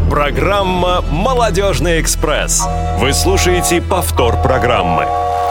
Программа «Молодежный экспресс». Вы слушаете повтор программы.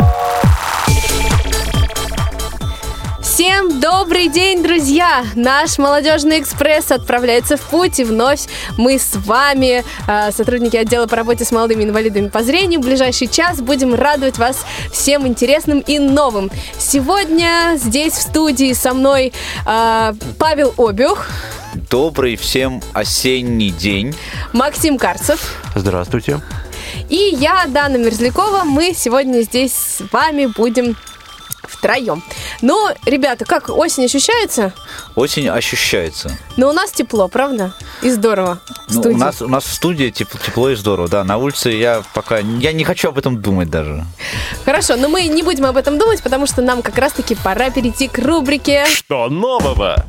Всем добрый день, друзья! Наш «Молодежный экспресс» отправляется в путь, и вновь мы с вами, сотрудники отдела по работе с молодыми инвалидами по зрению, в ближайший час будем радовать вас всем интересным и новым. Сегодня здесь в студии со мной Павел Обиух. Добрый всем осенний день. Максим Карцев. Здравствуйте. И я, Дана Мерзлякова. Мы сегодня здесь с вами будем втроем. Ну, ребята, как осень ощущается? Осень ощущается. Но у нас тепло, правда? И здорово в студии. У нас в студии тепло и здорово, да. На улице я не хочу об этом думать даже. Хорошо, но мы не будем об этом думать, потому что нам как раз-таки пора перейти к рубрике «Что нового?».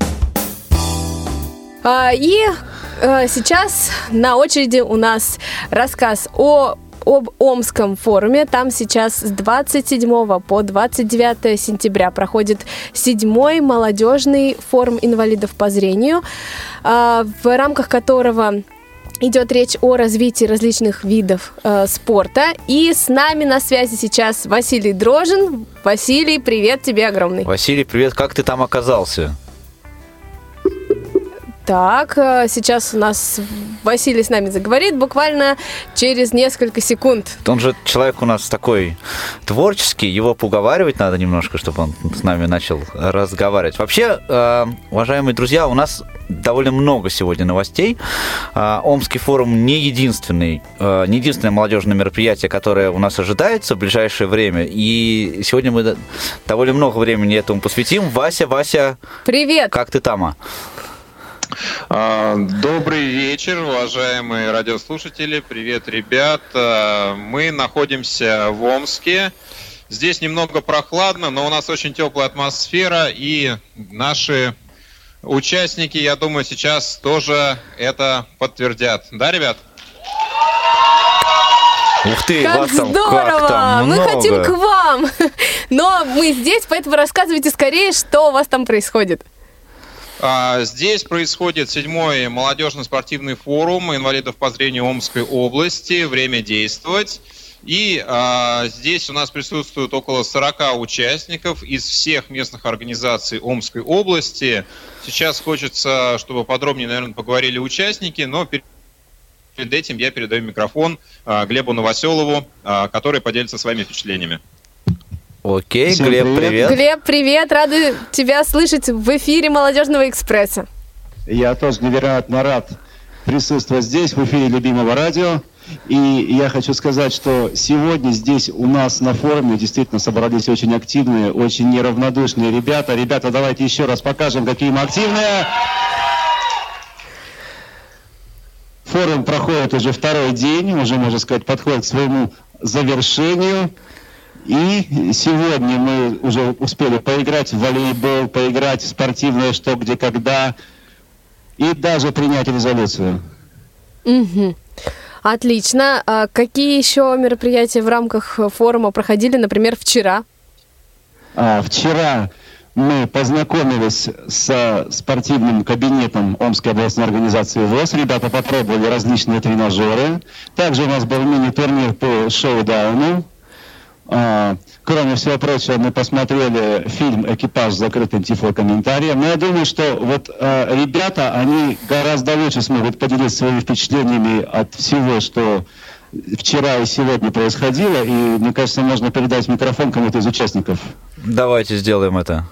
И сейчас на очереди у нас рассказ об Омском форуме. Там сейчас с 27 по 29 сентября проходит 7-й молодежный форум инвалидов по зрению, в рамках которого идет речь о развитии различных видов спорта. И с нами на связи сейчас Василий Дрожин. Василий, привет тебе огромный. Василий, привет. Как ты там оказался? Так, сейчас у нас Василий с нами заговорит буквально через несколько секунд. Он же человек у нас такой творческий, его поуговаривать надо немножко, чтобы он с нами начал разговаривать. Вообще, уважаемые друзья, у нас довольно много сегодня новостей. Омский форум не единственное молодежное мероприятие, которое у нас ожидается в ближайшее время. И сегодня мы довольно много времени этому посвятим. Вася, привет! Как ты там? Добрый вечер, уважаемые радиослушатели. Привет, ребят. Мы находимся в Омске. Здесь немного прохладно, но у нас очень теплая атмосфера. И наши участники, я думаю, сейчас тоже это подтвердят. Да, ребят? Ух ты, как вас там, здорово! как там мы много. хотим к вам. Но мы здесь, поэтому рассказывайте скорее, что у вас там происходит. Здесь происходит 7-й молодежно-спортивный форум инвалидов по зрению Омской области. Время действовать. И здесь у нас присутствует около 40 участников из всех местных организаций Омской области. Сейчас хочется, чтобы подробнее, наверное, поговорили участники, но перед этим я передаю микрофон Глебу Новоселову, который поделится своими впечатлениями. Окей, Всем Глеб, привет. Глеб, привет! Рады тебя слышать в эфире «Молодежного экспресса». Я тоже невероятно рад присутствовать здесь, в эфире любимого радио. И я хочу сказать, что сегодня здесь у нас на форуме действительно собрались очень активные, очень неравнодушные ребята. Ребята, давайте еще раз покажем, какие мы активные. Форум проходит уже второй день, уже, можно сказать, подходит к своему завершению. И сегодня мы уже успели поиграть в волейбол, поиграть в спортивное «Что, где, когда» и даже принять резолюцию. Угу. Отлично. А какие еще мероприятия в рамках форума проходили, например, вчера? Вчера мы познакомились с спортивным кабинетом Омской областной организации ВОС. Ребята попробовали различные тренажеры. Также у нас был мини-турнир по шоу-дауну. Кроме всего прочего, мы посмотрели фильм «Экипаж» с закрытым тифлокомментарием. Но я думаю, что вот ребята, они гораздо лучше смогут поделиться своими впечатлениями от всего, что вчера и сегодня происходило. И, мне кажется, можно передать микрофон кому-то из участников. Давайте сделаем это.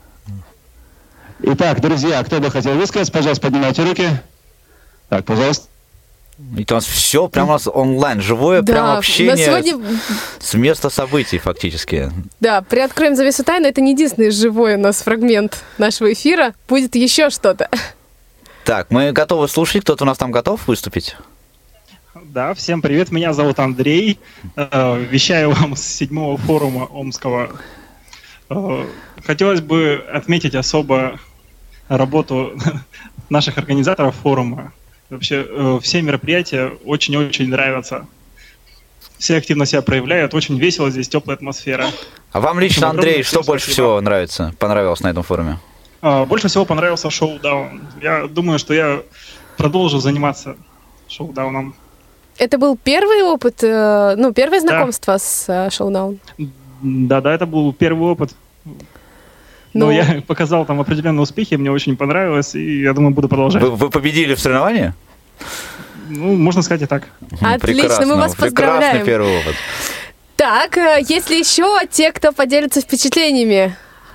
Итак, друзья, кто бы хотел высказаться, пожалуйста, поднимайте руки. Так, пожалуйста. И у нас все прямо у нас онлайн, живое, Да, прям общение сегодня... с места событий фактически. Да, приоткроем завесу тайны. Это не единственный живой у нас фрагмент нашего эфира. Будет еще что-то. Так, мы готовы слушать. Кто-то у нас там готов выступить? Да, всем привет. Меня зовут Андрей. Вещаю вам с 7-го форума Омского. Хотелось бы отметить особо работу наших организаторов форума. Вообще все мероприятия очень-очень нравятся. Все активно себя проявляют, очень весело здесь, теплая атмосфера. А вам лично, Андрей, что больше спасибо. всего понравилось на этом форуме? Больше всего понравился шоу-даун. Я думаю, что я продолжу заниматься шоу-дауном. Это был первый опыт, первое знакомство с шоу-даун? Да, это был первый опыт. Но я показал там определенные успехи, мне очень понравилось, и я думаю, буду продолжать. Вы победили в соревновании? Ну, можно сказать и так. Отлично, мы вас поздравляем. Прекрасный первый опыт. Так, есть ли еще те, кто поделится впечатлениями?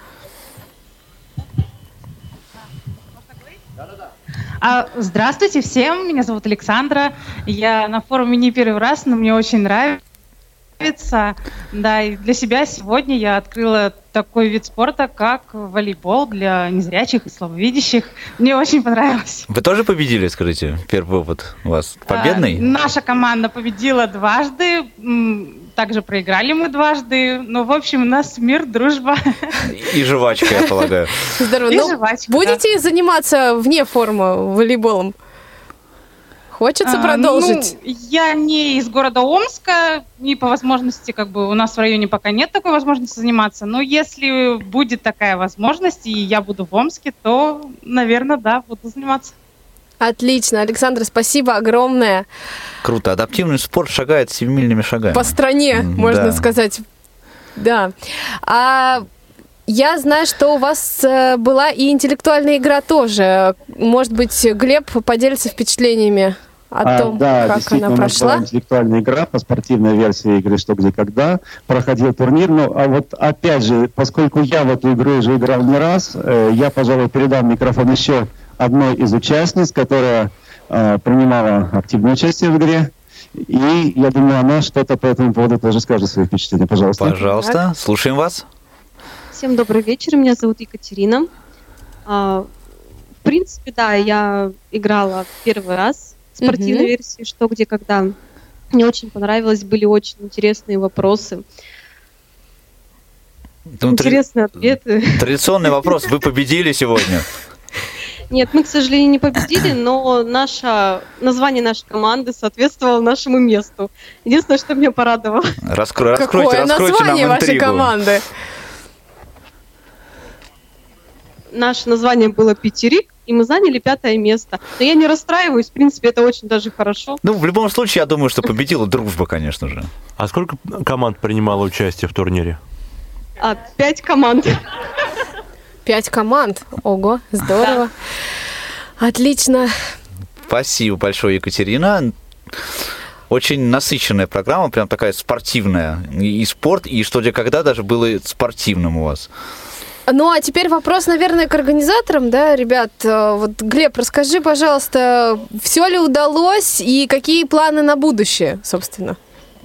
Здравствуйте всем, меня зовут Александра. Я на форуме не первый раз, но мне очень нравится. Да, и для себя сегодня я открыла такой вид спорта, как волейбол для незрячих и слабовидящих. Мне очень понравилось. Вы тоже победили, скажите, первый опыт у вас победный? Наша команда победила дважды, также проиграли мы дважды. Ну, в общем, у нас мир, дружба. И жвачка, я полагаю. Здорово. И жвачка, будете заниматься вне форума волейболом? Хочется продолжить? Я не из города Омска, и по возможности, у нас в районе пока нет такой возможности заниматься, но если будет такая возможность, и я буду в Омске, то, наверное, да, буду заниматься. Отлично. Александра, спасибо огромное. Круто. Адаптивный спорт шагает семимильными шагами. По стране, можно сказать. Да. Я знаю, что у вас была и интеллектуальная игра тоже. Может быть, Глеб поделится впечатлениями о том, как она прошла? Была интеллектуальная игра по спортивной версии игры «Что, где, когда». Проходил турнир. Опять же, поскольку я в эту игру уже играл не раз, я, пожалуй, передам микрофон еще одной из участниц, которая принимала активное участие в игре. И я думаю, она что-то по этому поводу тоже скажет свои впечатления. Пожалуйста. Пожалуйста, слушаем вас. Всем добрый вечер, меня зовут Екатерина. В принципе, да, я играла первый раз в спортивной версии «Что, где, когда». Мне очень понравилось, были очень интересные вопросы. Интересные ответы. Традиционный вопрос, вы победили сегодня? Нет, мы, к сожалению, не победили, но название нашей команды соответствовало нашему месту. Единственное, что меня порадовало. Раскройте Какое название нам вашей интригу. команды? Наше название было «Пятерик», и мы заняли 5-е место. Но я не расстраиваюсь, в принципе, это очень даже хорошо. Ну, в любом случае, я думаю, что победила дружба, конечно же. А сколько команд принимало участие в турнире? 5 команд. 5 команд? Ого, здорово. Отлично. Спасибо большое, Екатерина. Очень насыщенная программа, прям такая спортивная. И спорт, и что где когда даже было спортивным у вас. Ну, а теперь вопрос, наверное, к организаторам, да, ребят. Вот, Глеб, расскажи, пожалуйста, все ли удалось и какие планы на будущее, собственно?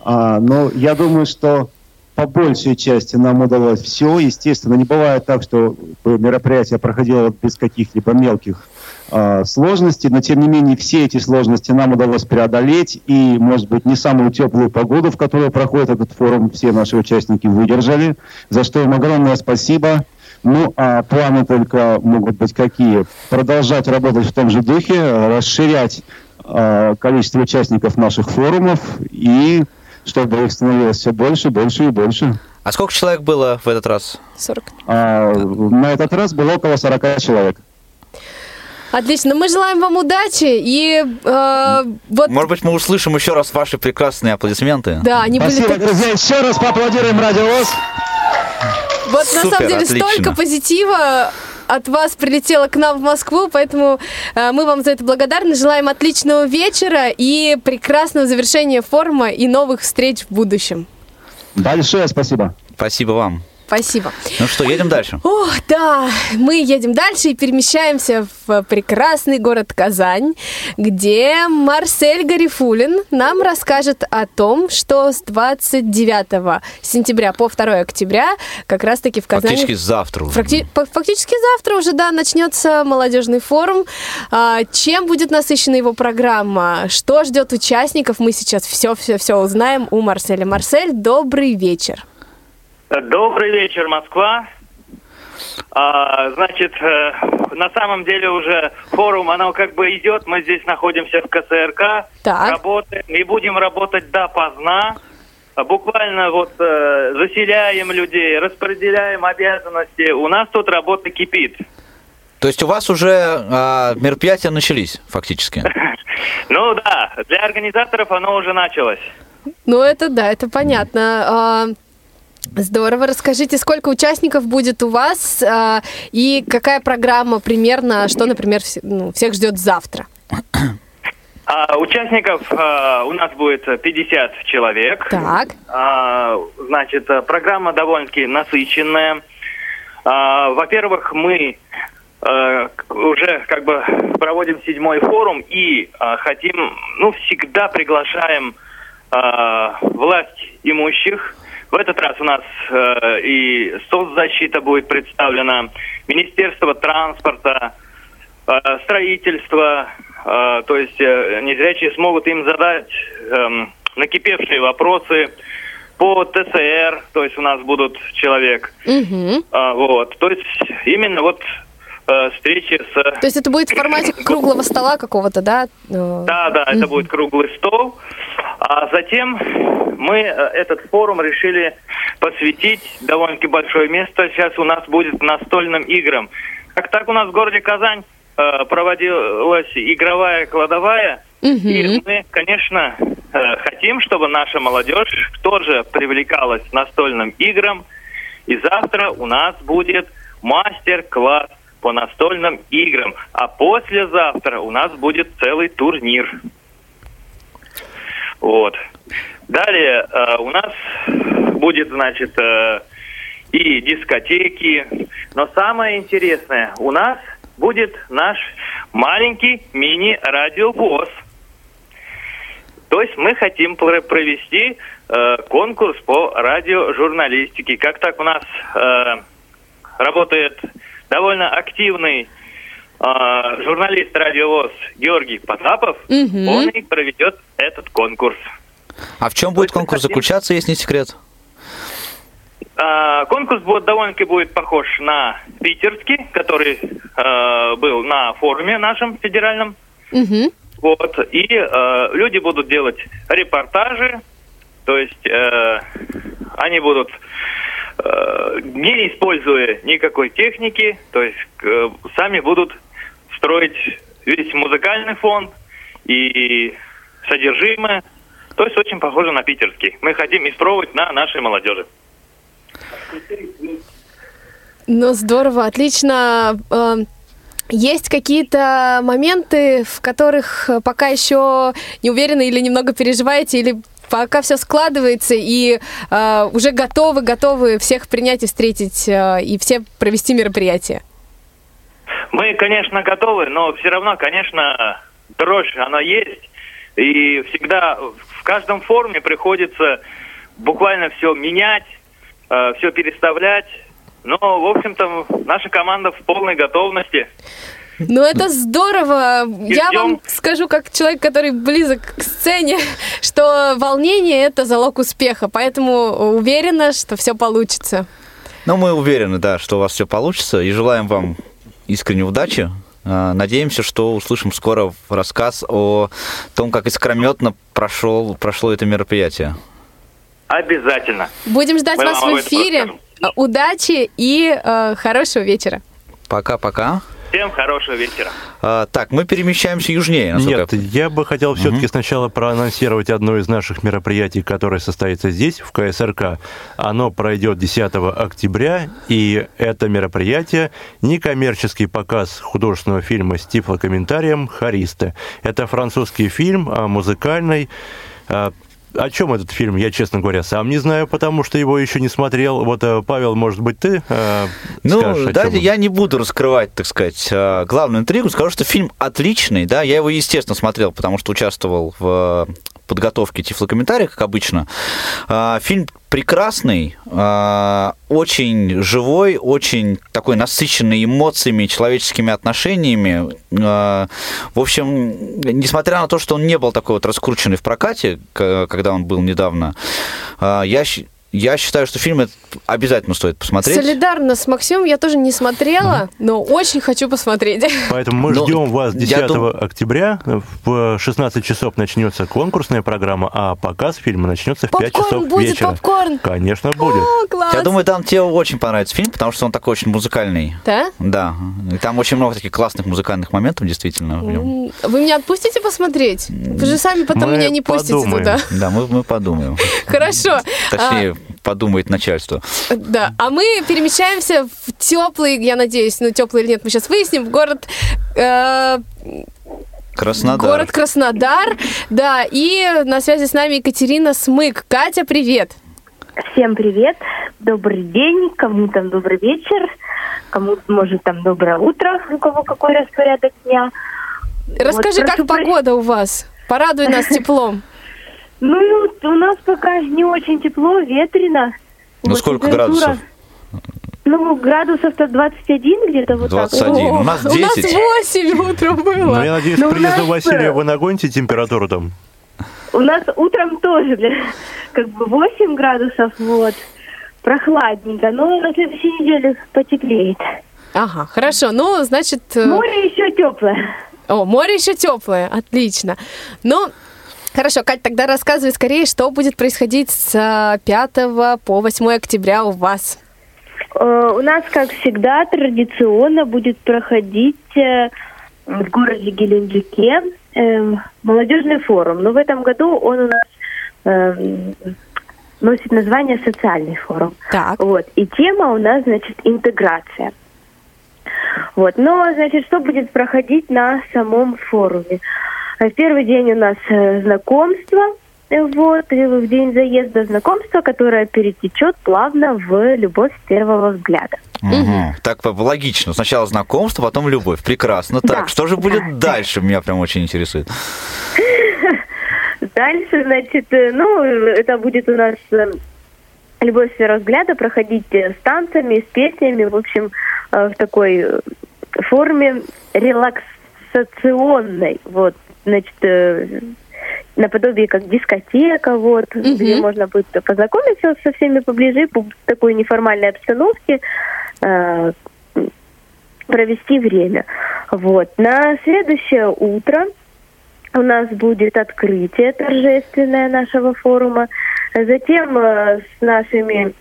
Я думаю, что по большей части нам удалось все. Естественно, не бывает так, что мероприятие проходило без каких-либо мелких сложностей, но, тем не менее, все эти сложности нам удалось преодолеть, и, может быть, не самую теплую погоду, в которой проходит этот форум, все наши участники выдержали, за что им огромное спасибо. Ну, а планы только могут быть какие? Продолжать работать в том же духе, расширять количество участников наших форумов, и чтобы их становилось все больше, больше и больше. А сколько человек было в этот раз? 40. На этот раз было около 40 человек. Отлично. Мы желаем вам удачи. И Может быть, мы услышим еще раз ваши прекрасные аплодисменты? Да, они Спасибо, были... друзья. Еще раз поаплодируем Радио ВОС. Вот Супер, на самом деле отлично. столько позитива от вас прилетело к нам в Москву, поэтому мы вам за это благодарны. Желаем отличного вечера и прекрасного завершения форума и новых встреч в будущем. Большое спасибо. Спасибо вам. Спасибо. Ну что, едем дальше? Ох, да, мы едем дальше и перемещаемся в прекрасный город Казань, где Марсель Гарифуллин нам расскажет о том, что с 29 сентября по 2 октября как раз-таки в Казани... Фактически завтра уже. Фактически завтра уже, да, начнется молодежный форум. Чем будет насыщена его программа? Что ждет участников? Мы сейчас все узнаем у Марселя. Марсель, добрый вечер. Добрый вечер, Москва. Значит, на самом деле уже форум, оно как бы идет. Мы здесь находимся в КСРК, работаем и будем работать допоздна. Буквально заселяем людей, распределяем обязанности. У нас тут работа кипит. То есть у вас уже мероприятия начались, фактически? Ну да, для организаторов оно уже началось. Ну это да, это понятно. Здорово. Расскажите, сколько участников будет у вас и какая программа примерно, что, например, всех ждет завтра? Участников у нас будет 50 человек. Так. Значит, программа довольно-таки насыщенная. Во-первых, мы уже как бы проводим 7-й форум и хотим, всегда приглашаем власть имущих. В этот раз у нас и соцзащита будет представлена, Министерство транспорта, строительство, то есть незрячие смогут им задать накипевшие вопросы по ТСР, то есть у нас будут человек. Угу. То есть именно встречи с... То есть это будет в формате круглого стола какого-то, да? Да, это будет круглый стол. А затем мы этот форум решили посвятить довольно-таки большое место. Сейчас у нас будет настольным играм. Как так у нас в городе Казань проводилась игровая кладовая. И мы, конечно, хотим, чтобы наша молодежь тоже привлекалась к настольным играм. И завтра у нас будет мастер-класс по настольным играм. А послезавтра у нас будет целый турнир. Далее у нас будет, значит, и дискотеки. Но самое интересное, у нас будет наш маленький мини-радиовоз. То есть мы хотим провести конкурс по радиожурналистике. Как так у нас работает довольно активный журналист «Радиовоз» Георгий Потапов, он и проведет этот конкурс. А в чем будет конкурс заключаться, если не секрет? Конкурс довольно-таки будет похож на питерский, который был на форуме нашем федеральном. И люди будут делать репортажи, то есть они будут, не используя никакой техники, то есть сами будут строить весь музыкальный фон и содержимое. То есть очень похоже на питерский. Мы хотим испробовать на нашей молодежи. Ну, здорово, отлично. Есть какие-то моменты, в которых пока еще не уверены или немного переживаете, или пока все складывается и уже готовы всех принять и встретить, и все провести мероприятие? Мы, конечно, готовы, но все равно, конечно, дрожь, она есть. И всегда в каждом форуме приходится буквально все менять, все переставлять. Но, в общем-то, наша команда в полной готовности. Ну, это здорово. Я вам скажу, как человек, который близок к сцене, что волнение – это залог успеха. Поэтому уверена, что все получится. Ну, мы уверены, да, что у вас все получится. И желаем вам искренней удачи. Надеемся, что услышим скоро рассказ о том, как искрометно прошло это мероприятие. Обязательно. Будем ждать вас в эфире. Удачи и хорошего вечера. Пока-пока. Всем хорошего вечера. Так, мы перемещаемся южнее. Нет, я бы хотел все-таки сначала проанонсировать одно из наших мероприятий, которое состоится здесь, в КСРК. Оно пройдет 10 октября, и это мероприятие – некоммерческий показ художественного фильма с тифлокомментарием «Хористы». Это французский фильм, музыкальный. О чем этот фильм, я, честно говоря, сам не знаю, потому что его еще не смотрел. Вот, Павел, может быть, ты скажешь, о чем? Я не буду раскрывать, так сказать, главную интригу. Скажу, что фильм отличный, да, я его, естественно, смотрел, потому что участвовал в подготовке тифлокомментария, как обычно. Фильм прекрасный, очень живой, очень такой насыщенный эмоциями, человеческими отношениями. В общем, несмотря на то, что он не был такой вот раскрученный в прокате, когда он был недавно, я Я считаю, что фильм обязательно стоит посмотреть. Солидарно с Максимом, я тоже не смотрела, но очень хочу посмотреть. Поэтому мы ждем вас 10 октября. В 16 часов начнется конкурсная программа, а показ фильма начнется в 5 часов будет вечера. Попкорн? Конечно, будет. О, класс. Я думаю, там тебе очень понравится фильм, потому что он такой очень музыкальный. Да? Да. И там очень много таких классных музыкальных моментов, действительно. В нем. Вы меня отпустите посмотреть? Вы же сами потом меня не пустите туда. Да, мы подумаем. Хорошо. Точнее, подумает начальство. Да, а мы перемещаемся в теплый, я надеюсь, теплый или нет, мы сейчас выясним, в город... Краснодар. Город Краснодар, да, и на связи с нами Екатерина Смык. Катя, привет! Всем привет, добрый день, кому там добрый вечер, кому, может, там доброе утро, у кого какой распорядок дня. Расскажи, как погода у вас? Порадуй нас теплом. Ну, у нас пока не очень тепло, ветрено. Ну, сколько градусов? Ну, градусов-то 21 где-то вот 21. так. У нас 10. У нас 8 утром было. Ну, я надеюсь, приезда Василия вы нагоните температуру там? У нас утром тоже, 8 градусов, прохладненько, но на следующей неделе потеплеет. Ага, хорошо, ну, значит... Море еще теплое. О, море еще теплое, отлично. Ну, хорошо, Кать, тогда рассказывай скорее, что будет происходить с 5 по 8 октября у вас. У нас, как всегда, традиционно будет проходить в городе Геленджике молодежный форум. Но в этом году он у нас носит название «Социальный форум». Так. И тема у нас, значит, интеграция. Но, значит, что будет проходить на самом форуме? В первый день у нас знакомство. В день заезда знакомства, которое перетечет плавно в любовь с первого взгляда. Угу. Так логично. Сначала знакомство, потом любовь. Прекрасно. Да, так, что же будет дальше? Меня прям очень интересует. Дальше, значит, это будет у нас любовь с первого взгляда проходить с танцами, с песнями, в общем, в такой форме релаксационной. Значит, наподобие как дискотека, где можно будет познакомиться со всеми поближе, в такой неформальной обстановке провести время. На следующее утро у нас будет открытие торжественное нашего форума. Затем с нашими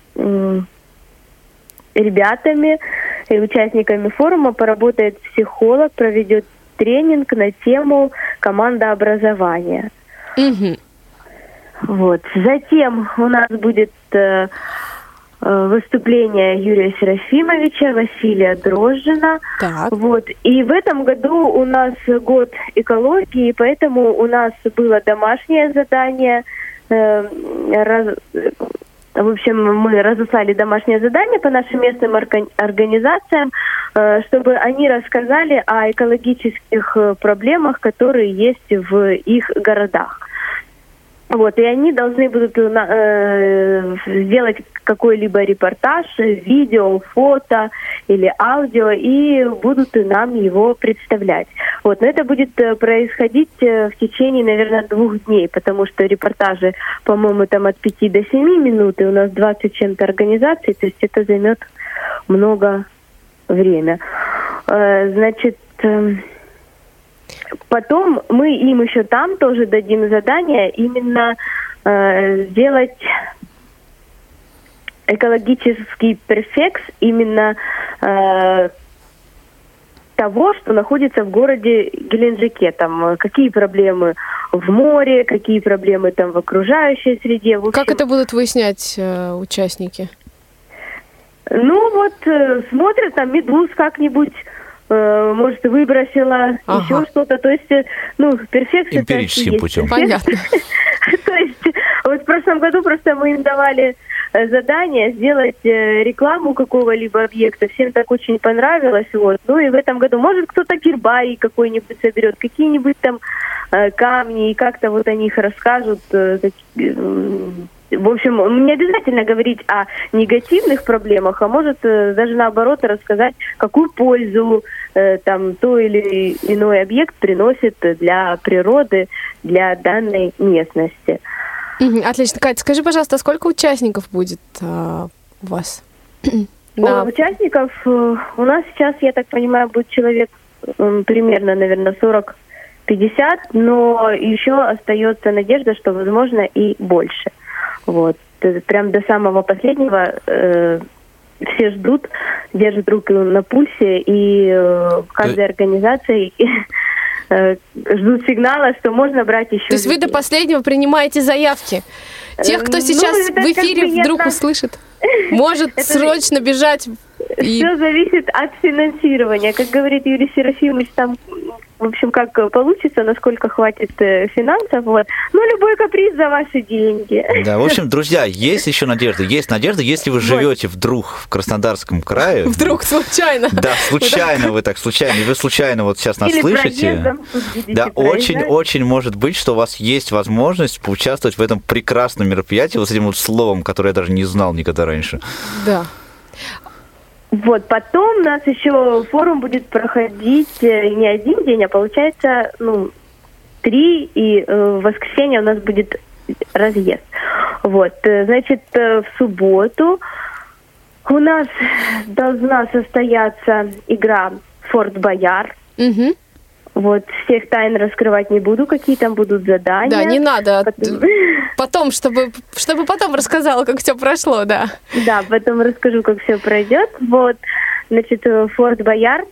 ребятами и участниками форума поработает психолог, проведет тренинг на тему командообразования. Затем у нас будет выступление Юрия Серафимовича, Василия Дрожжина. Так. И в этом году у нас год экологии, поэтому у нас было домашнее задание. В общем, мы разослали домашнее задание по нашим местным организациям, чтобы они рассказали о экологических проблемах, которые есть в их городах. И они должны будут сделать какой-либо репортаж, видео, фото или аудио, и будут нам его представлять. Но это будет происходить в течение, наверное, 2 дней, потому что репортажи, по-моему, там от 5 до 7 минут, и у нас 20 чем-то организаций, то есть это займет много времени. Значит, потом мы им еще там тоже дадим задание именно сделать экологический перфекс именно того, что находится в городе Геленджике. Там какие проблемы в море, какие проблемы там в окружающей среде. В общем, как это будут выяснять участники? Смотрят, там медуз как-нибудь, может, выбросила, еще что-то. То есть, перфекция... Эмпирическим путем. Понятно. То есть, в прошлом году просто мы им давали задание сделать рекламу какого-либо объекта. Всем так очень понравилось. И в этом году, может, кто-то гербарий какой-нибудь соберет, какие-нибудь там камни, и как-то о них расскажут. В общем, не обязательно говорить о негативных проблемах, а может даже наоборот рассказать, какую пользу там то или иной объект приносит для природы, для данной местности. Отлично. Катя, скажи, пожалуйста, сколько участников будет у вас? Участников у нас сейчас, я так понимаю, будет человек примерно, наверное, 40-50, но еще остается надежда, что, возможно, и больше. Вот. Прям до самого последнего все ждут, держат руку на пульсе, и каждая организация ждут сигнала, что можно брать еще. То есть вы до последнего принимаете заявки? Тех, кто сейчас в эфире вдруг услышит, может срочно бежать. Все зависит от финансирования. Как говорит Юрий Серафимович, там, в общем, как получится, насколько хватит финансов. Вот. Ну, любой каприз за ваши деньги. Да, в общем, друзья, есть еще надежда. Есть надежда, если вы живете вдруг в Краснодарском крае. Вдруг случайно. Да, случайно вы случайно вот сейчас нас слышите. Да, очень может быть, что у вас есть возможность поучаствовать в этом прекрасном мероприятии, вот с этим вот словом, которое я даже не знал никогда раньше. Да. Вот, потом у нас еще форум будет проходить не один день, а получается, 3, и в воскресенье у нас будет разъезд. Вот, значит, в субботу у нас должна состояться игра «Форт Бояр». Угу. Вот, всех тайн раскрывать не буду, какие там будут задания. Да, не надо. Потом, чтобы потом рассказала, как все прошло, да. Да, потом расскажу, как все пройдет. Вот, значит, Форт Бояр.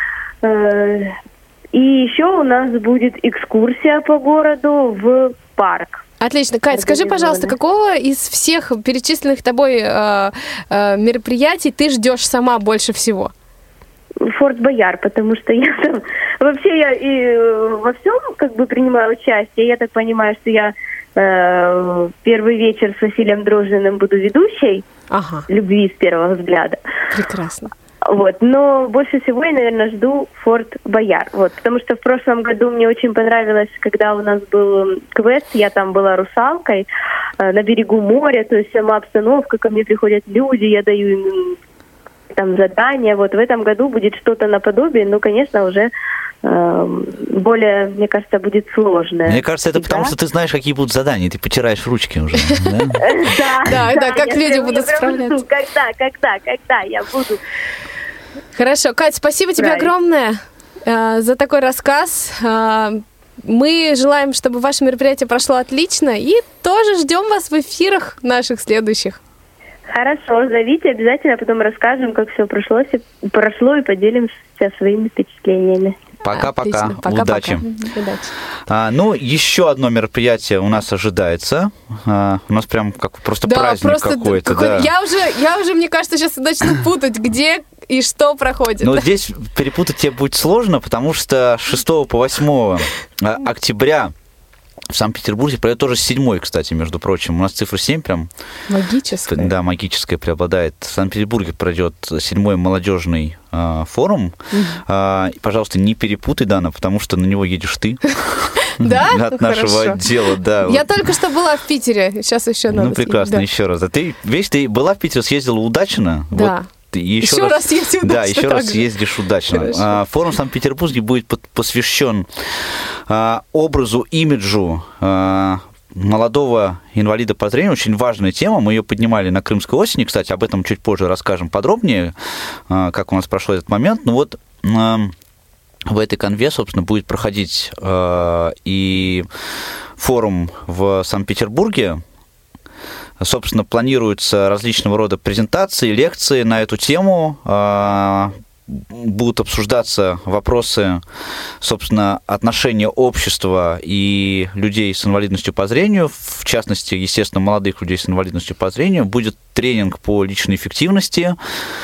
И еще у нас будет экскурсия по городу в парк. Отлично. Кать, скажи, пожалуйста, какого из всех перечисленных тобой мероприятий ты ждешь сама больше всего? Форт Бояр, потому что я там... Вообще я и во всем как бы принимаю участие. Я так понимаю, что я первый вечер с Василием Дрожжиным буду ведущей. Ага. «Любви с первого взгляда». Прекрасно. Вот. Но больше всего я, наверное, жду Форт Бояр. Вот. Потому что в прошлом году мне очень понравилось, когда у нас был квест, я там была русалкой на берегу моря, то есть сама обстановка, ко мне приходят люди, я даю им там задания. Вот в этом году будет что-то наподобие, но, конечно, уже более, мне кажется, будет сложное. Мне кажется, это потому, что ты знаешь, какие будут задания, ты потираешь ручки уже. Да, как люди будут справляться. Когда я буду. Хорошо, Кать, спасибо тебе огромное за такой рассказ. Мы желаем, чтобы ваше мероприятие прошло отлично, и тоже ждем вас в эфирах наших следующих. Хорошо, зовите, обязательно потом расскажем, как все прошло и поделимся своими впечатлениями. Пока-пока. Удачи. Еще одно мероприятие у нас ожидается. У нас прям как просто праздник какой-то. Да. Я уже, мне кажется, сейчас начну путать, где и что проходит. Но здесь перепутать тебе будет сложно, потому что 6 по 8 октября в Санкт-Петербурге пройдет тоже 7-й, кстати, между прочим. У нас цифра 7 прям... Магическая. Да, магическая преобладает. В Санкт-Петербурге пройдет 7-й молодежный форум. И, пожалуйста, не перепутай, Дана, потому что на него едешь ты. Да? От нашего отдела, да. Я только что была в Питере, сейчас еще надо. Ну, прекрасно, еще раз. Ты была в Питере, съездила удачно. Да. Еще раз съездишь удачно. Да, еще раз съездишь удачно. Форум в Санкт-Петербурге будет посвящен образу, имиджу молодого инвалида по зрению. Очень важная тема. Мы ее поднимали на Крымской осени. Кстати, об этом чуть позже расскажем подробнее, как у нас прошел этот момент. Ну вот в этой конве, собственно, будет проходить и форум в Санкт-Петербурге. Собственно, планируются различного рода презентации, лекции на эту тему. Будут обсуждаться вопросы, собственно, отношения общества и людей с инвалидностью по зрению, в частности, естественно, молодых людей с инвалидностью по зрению. Будет тренинг по личной эффективности.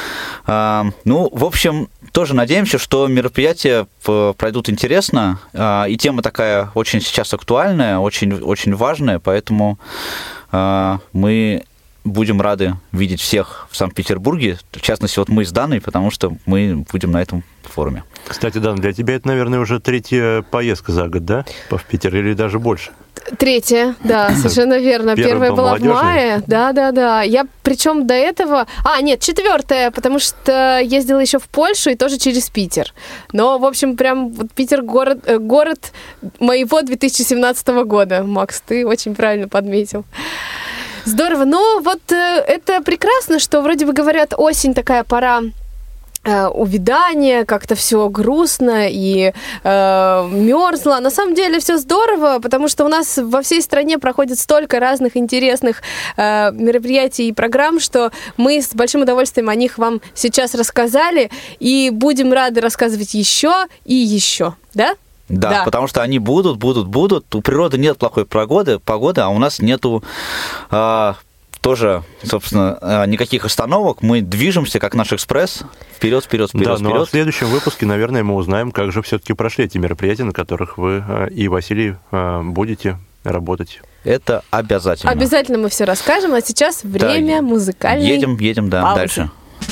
В общем, тоже надеемся, что мероприятия пройдут интересно. И тема такая очень сейчас актуальная, очень, очень важная, поэтому мы будем рады видеть всех в Санкт-Петербурге, в частности, вот мы с Даной, потому что мы будем на этом форуме. Кстати, Дан, для тебя это, наверное, уже 3-я поездка за год, да, в Питер, или даже больше? 3-я, да, совершенно верно. Первая была в мае. Да. Я причем до этого... 4-я, потому что ездила еще в Польшу и тоже через Питер. Но, в общем, прям вот Питер город моего 2017 года. Макс, ты очень правильно подметил. Здорово. Но вот это прекрасно, что вроде бы говорят, осень такая пора увядания, как-то все грустно и мерзло. На самом деле все здорово, потому что у нас во всей стране проходит столько разных интересных мероприятий и программ, что мы с большим удовольствием о них вам сейчас рассказали и будем рады рассказывать еще и еще, да? Да, потому что они будут. У природы нет плохой погоды, а у нас нету тоже, собственно, никаких остановок. Мы движемся, как наш экспресс, вперед. Да, но в следующем выпуске, наверное, мы узнаем, как же все-таки прошли эти мероприятия, на которых вы и Василий будете работать. Это обязательно. Обязательно мы все расскажем, а сейчас время музыкальной едем, да, паузы. дальше.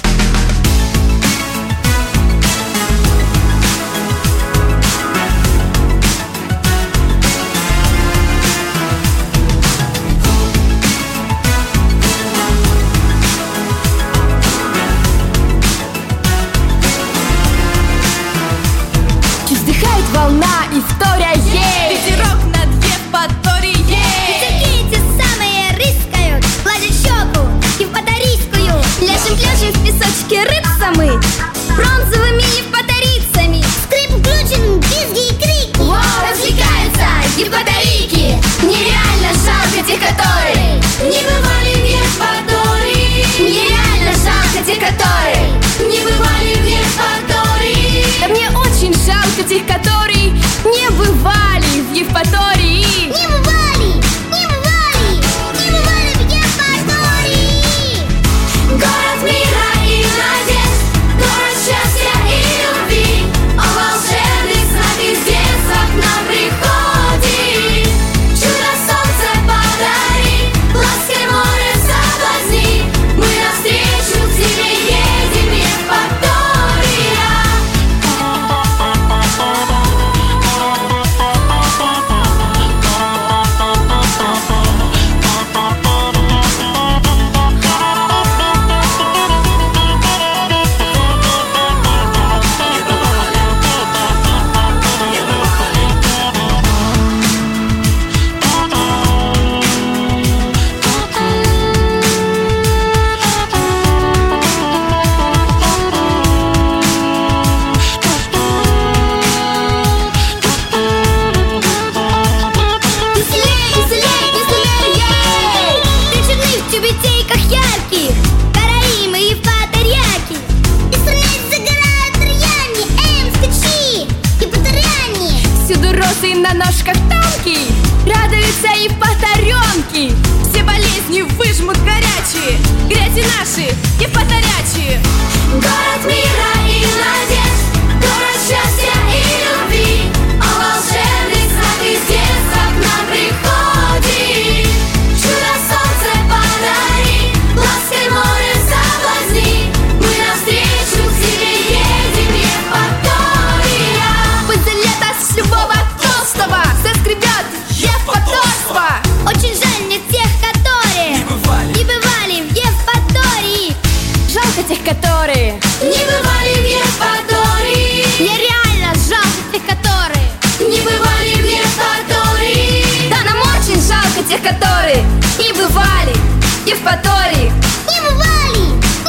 Волна, история есть. Ветерок над Евпаторией. Ветерки те самые рыскают, гладят щеку евпаторийскую. Пляшем в песочке рыбца мы бронзовыми евпаторийцами. Скрип, включен, визги и крики. Развлекаются евпаторийки. Нереально жалко тех, которые не бывали в Евпатории. Нереально жалко тех, которые не бывали в Евпатории. Да мне очень жалко тех, которые не бывали в Евпатории. Не бывали в Евпатории. Город мира и надежд, город счастья и любви. О, волшебный знак из детства к нам приходит. Чудо солнце подари, лаской море соблазни. Мы навстречу к тебе едем, Евпатория. На ножках танки радуются евпаторенки. Все болезни выжмут горячие, грязи наши евпаторячие. Город мира и надежд, город счастья и любви. О, волшебный знак из детства к нам приходит. Чудо солнце подари, лаской море соблазни. Мы навстречу к тебе едем, Евпатория. Пусть за лето с любого соскребет евпаторство. Очень жаль мне тех, которые не бывали в Евпатории. Жалко тех, которые не бывали в Евпатории. Мне реально жалко тех, которые не бывали в Евпатории. Да, нам очень жалко тех, которые не бывали в Евпатории. Не бывали в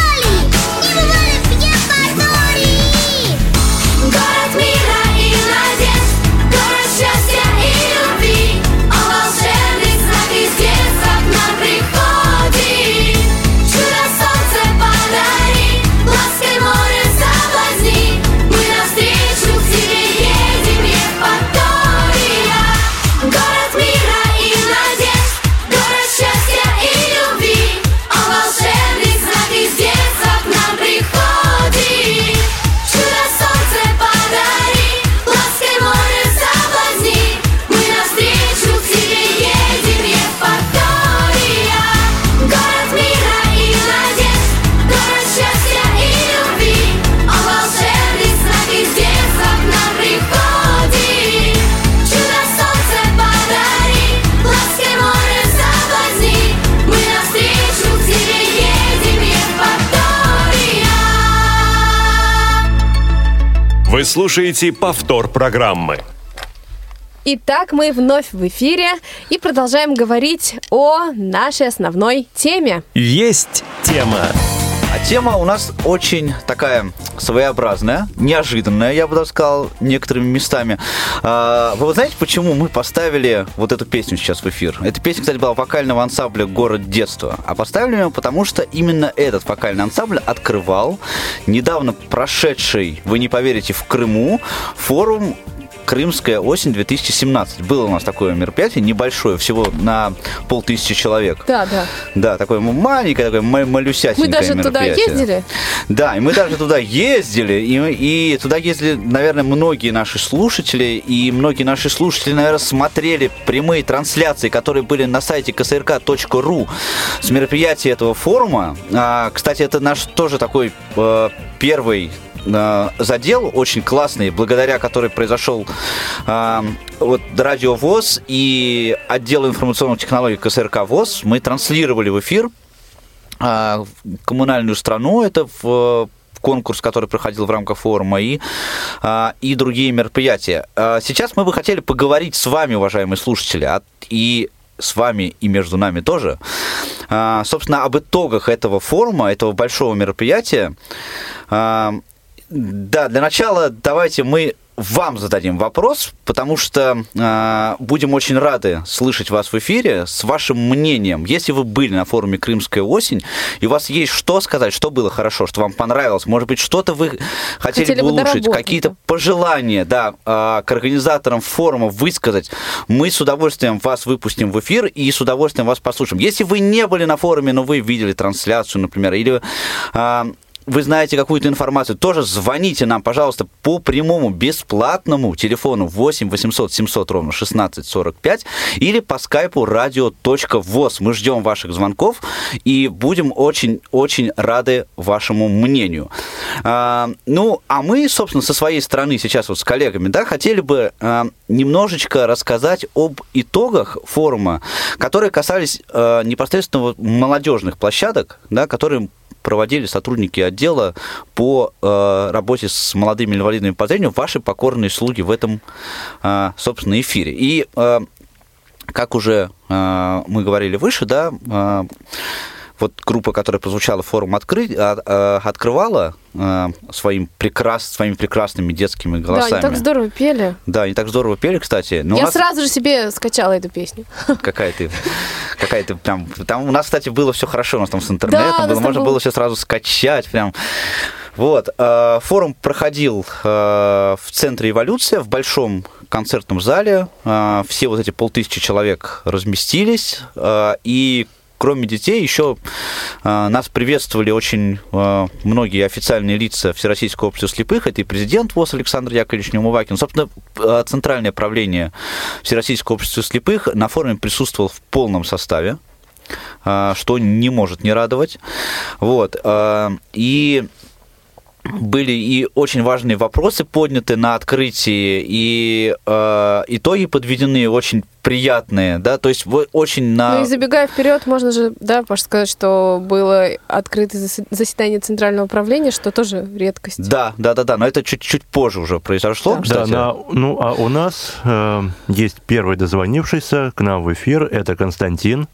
Евпатории. Город мира и надежд, город счастья и любви. О, волшебный знак из детства к нам приходит. Чудо солнце подари, лаской море соблазни. Мы навстречу к тебе едем, Евпатория. Город мира и надежд, город счастья и любви. слушаете повтор программы. Итак, мы вновь в эфире и продолжаем говорить о нашей основной теме. Есть тема. А тема у нас очень такая своеобразная, неожиданная, я бы даже сказал, некоторыми местами. Вы знаете, почему мы поставили вот эту песню сейчас в эфир? Эта песня, кстати, была вокального ансамбля «Город детства». А поставили ее, потому что именно этот вокальный ансамбль открывал недавно прошедший, вы не поверите, в Крыму форум «Крымская осень 2017». Было у нас такое мероприятие, небольшое, всего на 500 человек. Да. Да, такое маленькое, такое малюсятенькое мероприятие. Мы даже туда ездили? Да, и мы даже туда ездили, и туда ездили, наверное, многие наши слушатели, и многие наши слушатели, наверное, смотрели прямые трансляции, которые были на сайте ksrk.ru с мероприятия этого форума. Кстати, это наш тоже такой первый задел очень классный, благодаря который произошел вот Радио ВОС и отдел информационных технологий КСРК ВОС. Мы транслировали в эфир коммунальную страну, это в конкурс, который проходил в рамках форума, и другие мероприятия. Сейчас мы бы хотели поговорить с вами, уважаемые слушатели, и с вами и между нами тоже, собственно, об итогах этого форума, этого большого мероприятия. Да, для начала давайте мы вам зададим вопрос, потому что будем очень рады слышать вас в эфире с вашим мнением. Если вы были на форуме «Крымская осень», и у вас есть что сказать, что было хорошо, что вам понравилось, может быть, что-то вы хотели бы улучшить, какие-то пожелания, да, к организаторам форума высказать, мы с удовольствием вас выпустим в эфир и с удовольствием вас послушаем. Если вы не были на форуме, но вы видели трансляцию, например, или вы знаете какую-то информацию, тоже звоните нам, пожалуйста, по прямому бесплатному телефону 8 800 700 ровно 16 45 или по скайпу radio.voz. Мы ждем ваших звонков и будем очень-очень рады вашему мнению. Ну, а мы, собственно, со своей стороны сейчас вот с коллегами, да, хотели бы немножечко рассказать об итогах форума, которые касались непосредственно молодежных площадок, да, которые проводили сотрудники отдела по работе с молодыми инвалидами по зрению, ваши покорные слуги в этом, собственно, эфире. И, как уже мы говорили выше, да, вот группа, которая прозвучала, форум открывала своими прекрасными детскими голосами. Да, они так здорово пели. Да, они так здорово пели, кстати. Но я сразу же себе скачала эту песню. Какая ты прям... Там у нас, кстати, было все хорошо, у нас там с интернетом было, можно было все сразу скачать прям. Вот. Форум проходил в центре «Эволюция», в большом концертном зале. Все вот эти 500 человек разместились, и кроме детей, еще нас приветствовали очень многие официальные лица Всероссийского общества слепых. Это и президент ВОС Александр Яковлевич Неумывакин. Собственно, Центральное правление Всероссийского общества слепых на форуме присутствовал в полном составе, что не может не радовать. Вот. И были и очень важные вопросы подняты на открытии, и итоги подведены очень приятные, да, то есть очень на... Ну и забегая вперед, можно же, да, Паш, сказать, что было открыто заседание Центрального управления, что тоже редкость. Да, но это чуть-чуть позже уже произошло, да. Кстати. Да, ну а у нас есть первый дозвонившийся к нам в эфир, это Константин.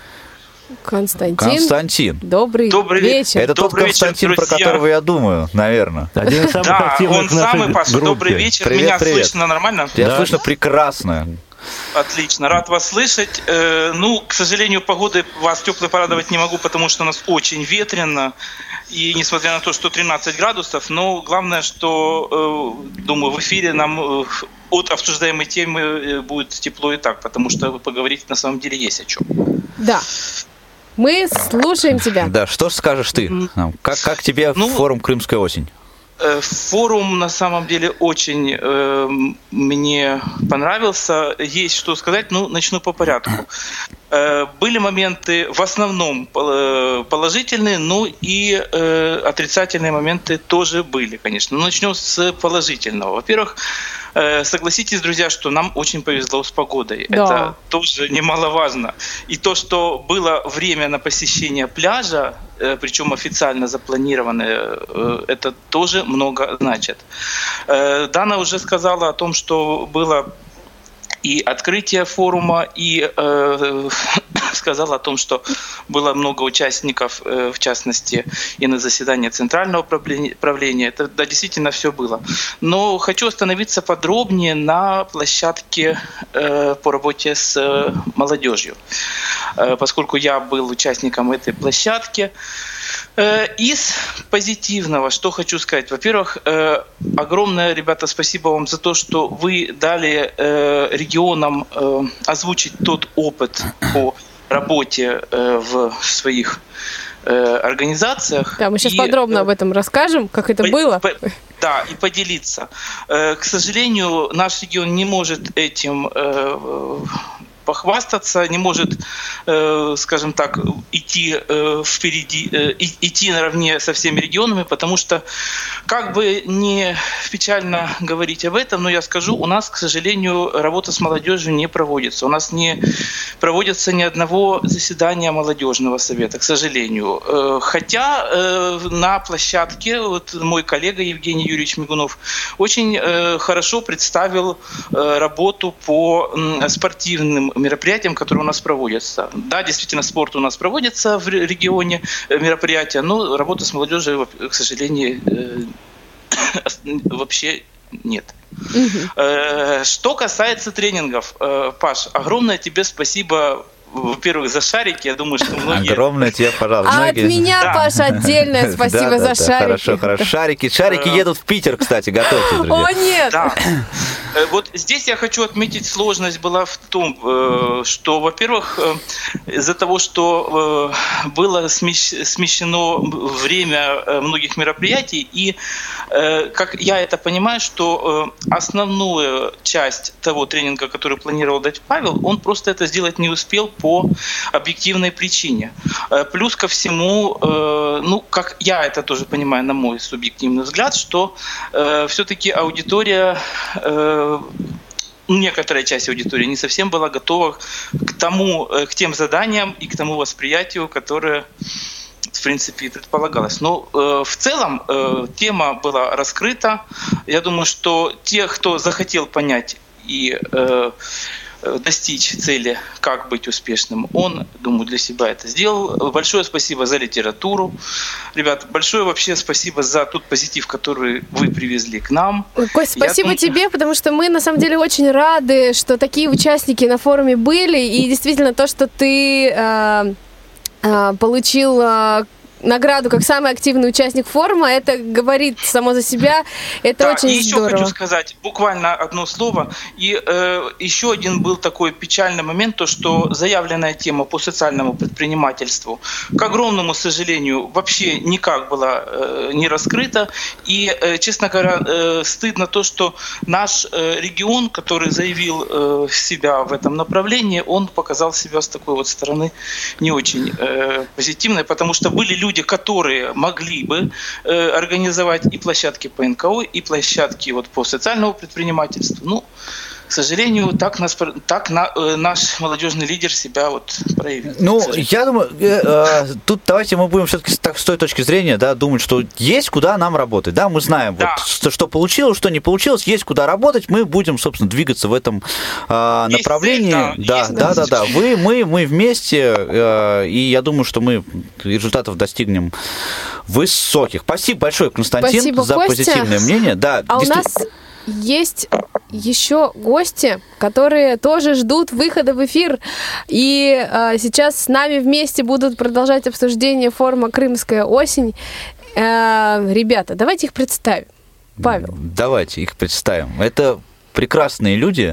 Константин. Добрый вечер. Это тот Константин, про которого я думаю, наверное. Один из самых активных он самый, Паша. Добрый вечер. Привет, меня привет. Слышно нормально? Тебя слышно прекрасно. Отлично, рад вас слышать. Ну, к сожалению, погодой вас теплой порадовать не могу, потому что у нас очень ветрено. И несмотря на то, что 13 градусов, но главное, что, думаю, в эфире нам от обсуждаемой темы будет тепло и так, потому что поговорить на самом деле есть о чем. Да. Мы слушаем тебя. Да, что скажешь ты? Как тебе форум «Крымская осень»? Форум на самом деле очень мне понравился. Есть что сказать, начну по порядку. Были моменты, в основном положительные, но и отрицательные моменты тоже были, конечно. Но начнем с положительного. Во-первых, согласитесь, друзья, что нам очень повезло с погодой. Да. Это тоже немаловажно. И то, что было время на посещение пляжа, причем официально запланированное, это тоже много значит. Дана уже сказала о том, что было и открытие форума, и сказала о том, что было много участников, в частности, и на заседании Центрального правления. Это да, действительно все было. Но хочу остановиться подробнее на площадке по работе с молодежью, поскольку я был участником этой площадки. Из позитивного, что хочу сказать. Во-первых, огромное, ребята, спасибо вам за то, что вы дали регионам озвучить тот опыт по работе в своих организациях. Да, мы сейчас подробно об этом расскажем, как это было. Да, и поделиться. К сожалению, наш регион не может этим похвастаться, не может, скажем так, идти впереди, идти наравне со всеми регионами, потому что, как бы не печально говорить об этом, но я скажу, у нас, к сожалению, работа с молодежью не проводится. У нас не проводится ни одного заседания молодежного совета, к сожалению. Хотя на площадке вот мой коллега Евгений Юрьевич Мигунов очень хорошо представил работу по спортивным мероприятиям, которые у нас проводятся. Да, действительно, спорт у нас проводится в регионе, мероприятия, но работа с молодежью, к сожалению, вообще нет. Что касается тренингов, Паш, огромное тебе спасибо. Во-первых, за шарики, я думаю, что многие... Огромное тебе, пожалуйста. А от меня, Паша, отдельное спасибо за шарики. Хорошо. Шарики едут в Питер, кстати, готовьте, друзья. О, нет! Да. Вот здесь я хочу отметить, сложность была в том, что, во-первых, из-за того, что было смещено время многих мероприятий, и, как я это понимаю, что основную часть того тренинга, который планировал дать Павел, он просто это сделать не успел по объективной причине. Плюс ко всему, ну, как я это тоже понимаю, на мой субъективный взгляд, что все-таки аудитория, некоторая часть аудитории не совсем была готова к тем заданиям и к тому восприятию, которое, в принципе, предполагалось. Но в целом тема была раскрыта. Я думаю, что те, кто захотел понять и достичь цели, как быть успешным, он, думаю, для себя это сделал. Большое спасибо за литературу. Ребят, большое вообще спасибо за тот позитив, который вы привезли к нам. Кость, спасибо тебе, потому что мы, на самом деле, очень рады, что такие участники на форуме были, и действительно то, что ты получил награду как самый активный участник форума, это говорит само за себя, это да, очень и еще здорово. Хочу сказать буквально одно слово. И еще один был такой печальный момент, то что заявленная тема по социальному предпринимательству, к огромному сожалению, вообще никак была не раскрыта. И, честно говоря, стыдно то, что наш регион, который заявил себя в этом направлении, он показал себя с такой вот стороны не очень позитивной, потому что были люди, которые могли бы организовать и площадки по НКО, и площадки вот по социальному предпринимательству. Ну, к сожалению, так наш молодежный лидер себя вот проявил. Ну, я думаю, тут давайте мы будем все-таки с той точки зрения, да, думать, что есть куда нам работать. Да, мы знаем, да. Вот, что получилось, что не получилось, есть куда работать, мы будем, собственно, двигаться в этом направлении. Да. Мы вместе, и я думаю, что мы результатов достигнем высоких. Спасибо большое, Константин, спасибо, за Костя. Позитивное мнение. Да, у нас есть еще гости, которые тоже ждут выхода в эфир. И сейчас с нами вместе будут продолжать обсуждение форума «Крымская осень». Ребята, давайте их представим. Павел. Давайте их представим. Это прекрасные люди.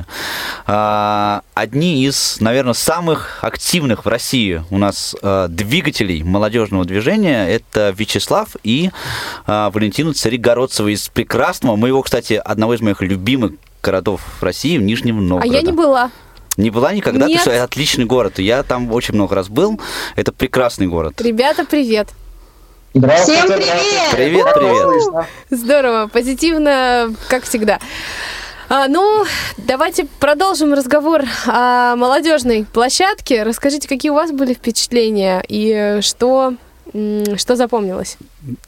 Одни из, наверное, самых активных в России у нас двигателей молодежного движения. Это Вячеслав и Валентина Царегородцева из прекрасного, моего, кстати, одного из моих любимых городов России, в Нижнем Новгороде. А я не была. Не была никогда? Нет. Ты что, это отличный город. Я там очень много раз был. Это прекрасный город. Ребята, привет. Всем привет! Привет. Здорово, позитивно, как всегда. Давайте продолжим разговор о молодежной площадке. Расскажите, какие у вас были впечатления и что запомнилось?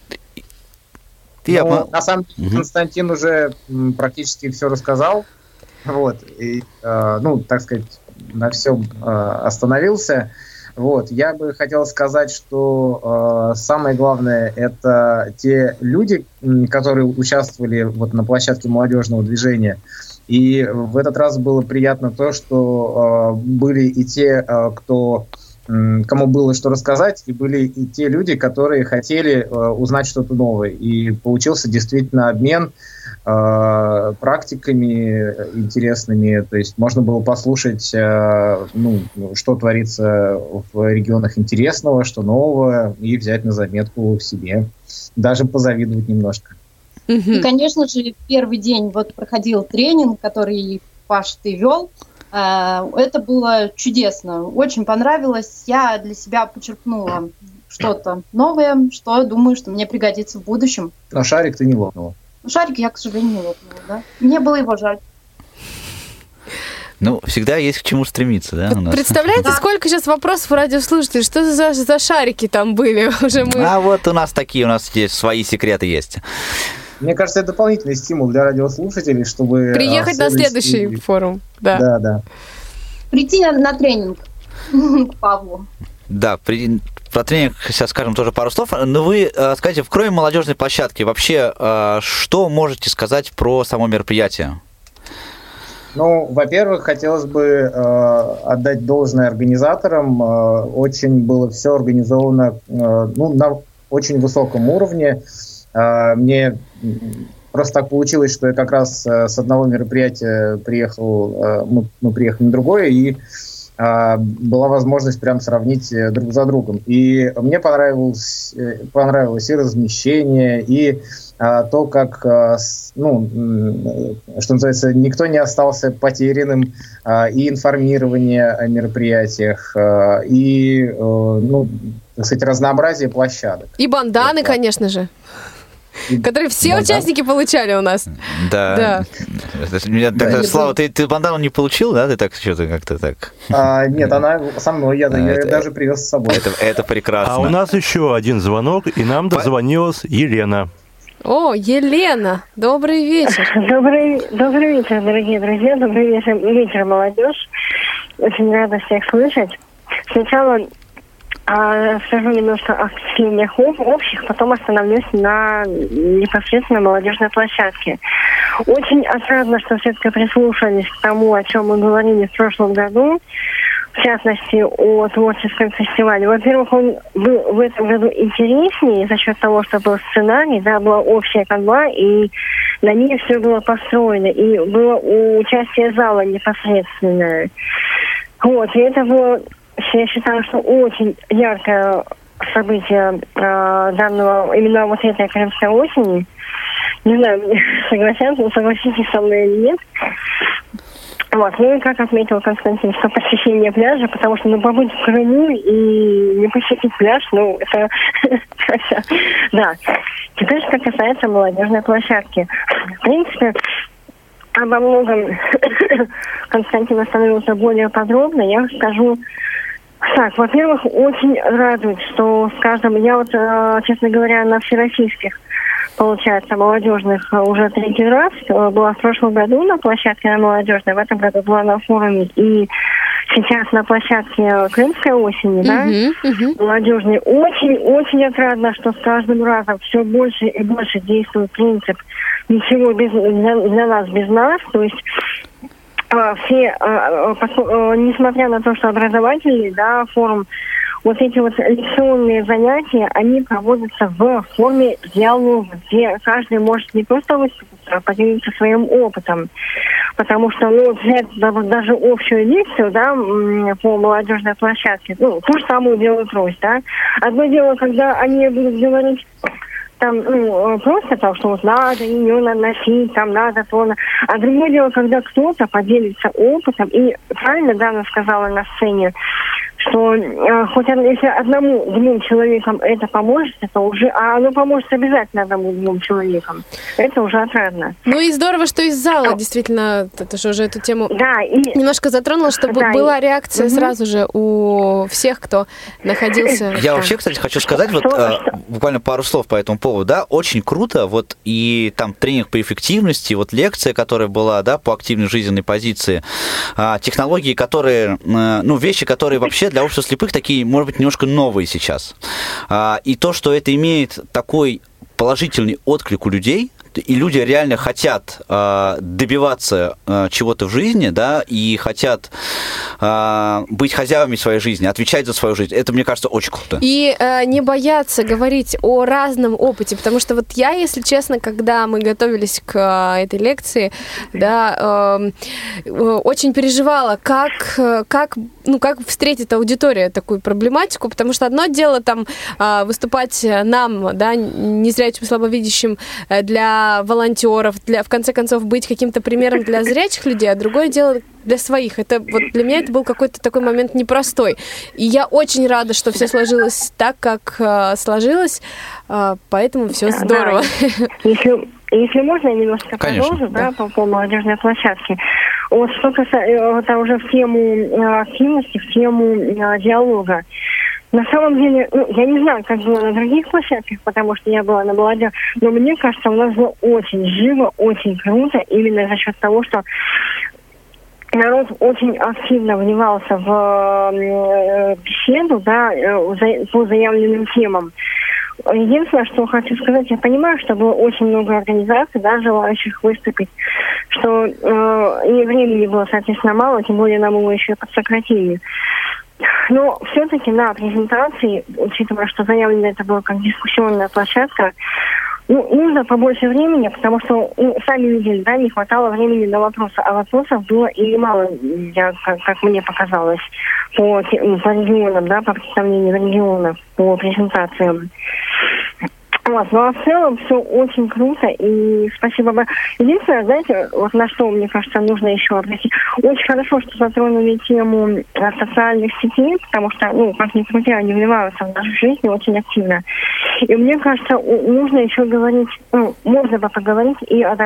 На самом деле, Константин уже практически все рассказал. Вот. И, так сказать, на всем остановился. Вот. Я бы хотел сказать, что самое главное, это те люди, которые участвовали вот на площадке молодежного движения. И в этот раз было приятно то, что были и те, кому было что рассказать, и были и те люди, которые хотели узнать что-то новое. И получился действительно обмен практиками интересными. То есть можно было послушать, что творится в регионах интересного, что нового, и взять на заметку в себе. Даже позавидовать немножко. И, конечно же, первый день проходил тренинг, который, Паш, ты вел. Это было чудесно, очень понравилось. Я для себя почерпнула что-то новое, что думаю, что мне пригодится в будущем. Но шарик ты не лопнула. Шарик я, к сожалению, не лопнула, да. Мне было его жаль. Всегда есть к чему стремиться, да, у нас. Представляете, сколько сейчас вопросов у радиослушателей? Что за шарики там были? У нас здесь свои секреты есть. Мне кажется, это дополнительный стимул для радиослушателей, чтобы... Приехать на следующий форум. Да. Прийти на тренинг к Павлу. Да, про тренинг сейчас скажем тоже пару слов. Но вы скажите, кроме молодежной площадки, вообще, что можете сказать про само мероприятие? Во-первых, хотелось бы отдать должное организаторам. Очень было все организовано на очень высоком уровне. Мне просто так получилось, что я как раз с одного мероприятия приехал, мы приехали на другое, и была возможность прям сравнить друг за другом. И мне понравилось и размещение, и то, как, что называется, никто не остался потерянным, и информирование о мероприятиях, и, так сказать, разнообразие площадок. И банданы, конечно же. Которые все участники получали у нас. Да. Слава, ты бандану не получил, да? Ты так что-то как-то так... Нет, она со мной, я ее даже привез с собой. Это прекрасно. А у нас еще один звонок, и нам дозвонилась Елена. О, Елена, добрый вечер. Добрый вечер, дорогие друзья, добрый вечер, молодежь. Очень рада всех слышать. Сначала скажу немножко о впечатлениях общих, потом остановлюсь на непосредственно молодежной площадке. Очень отрадно, что все-таки прислушались к тому, о чем мы говорили в прошлом году, в частности, о творческом фестивале. Во-первых, он был в этом году интереснее за счет того, что был сценарий, да, была общая канва, и на ней все было построено, и было участие зала непосредственное. Вот, и это было... Я считаю, что очень яркое событие именно вот этой крымской осени. Не знаю, согласитесь со мной или нет. Вот. И как отметил Константин, что посещение пляжа, потому что побыть в Крыму и не посетить пляж, это... Да. Теперь, что касается молодежной площадки. В принципе, обо многом Константин остановился более подробно. Я скажу так. Во-первых, очень радует, что с каждым... Я честно говоря, на всероссийских, получается, молодежных уже третий раз. Была в прошлом году на площадке на молодежной, в этом году была на форуме. И сейчас на площадке Крымской осени, да, молодежной. Очень отрадно, что с каждым разом все больше и больше действует принцип «ничего для нас без нас». То есть все, несмотря на то, что образовательный, да, форум, вот эти вот лекционные занятия, они проводятся в форме диалога, где каждый может не просто выступить, а поделиться своим опытом. Потому что, взять даже общую лекцию, да, по молодежной площадке, ту же самую делают Русь, да. Одно дело, когда они будут говорить там, просто там, что вот надо ее наносить, там надо то. А другое дело, когда кто-то поделится опытом, и правильно Дана сказала на сцене, что хоть если одному-двум человекам это поможет, это уже, а оно поможет обязательно одному-двум человекам. Это уже отрадно. Ну и здорово, что из зала действительно, это же уже эту тему немножко затронула, чтобы была реакция сразу же у всех, кто находился. Я вообще, кстати, хочу сказать вот буквально пару слов по этому поводу. Да, очень круто, вот и там тренинг по эффективности, вот лекция, которая была, да, по активной жизненной позиции, технологии, которые, вещи, которые вообще для общества слепых такие, может быть, немножко новые сейчас. И то, что это имеет такой положительный отклик у людей, и люди реально хотят добиваться чего-то в жизни, да, и хотят быть хозяевами своей жизни, отвечать за свою жизнь. Это, мне кажется, очень круто. И не бояться говорить о разном опыте, потому что вот я, если честно, когда мы готовились к этой лекции, да, очень переживала, как встретит аудитория такую проблематику, потому что одно дело там выступать нам, да, незрячим, слабовидящим, для волонтеров, в конце концов, быть каким-то примером для зрячих людей, а другое дело для своих. Это вот для меня это был какой-то такой момент непростой. И я очень рада, что все сложилось так, как сложилось, поэтому все здорово. Да. Если можно, я немножко продолжу, да, по молодежной площадке. Вот что это уже в тему активности, в тему диалога. На самом деле, я не знаю, как было на других площадках, потому что я была на молодежи, но мне кажется, у нас было очень живо, очень круто, именно за счет того, что народ очень активно вливался в беседу, да, по заявленным темам. Единственное, что хочу сказать, я понимаю, что было очень много организаций, да, желающих выступить, что и времени было, соответственно, мало, тем более нам его еще подсократили. Но все-таки на презентации, учитывая, что заявлено это было как дискуссионная площадка, нужно побольше времени, потому что сами видели, да, не хватало времени на вопросы, а вопросов было и немало, как мне показалось, по регионам, да, по представлению регионов, по презентациям. Вот, ну а в целом все очень круто, и спасибо. Единственное, знаете, вот на что, мне кажется, нужно еще обратить. Очень хорошо, что затронули тему социальных сетей, потому что, как ни крути, они вливаются в нашу жизнь очень активно. И мне кажется, нужно еще говорить, можно бы поговорить и об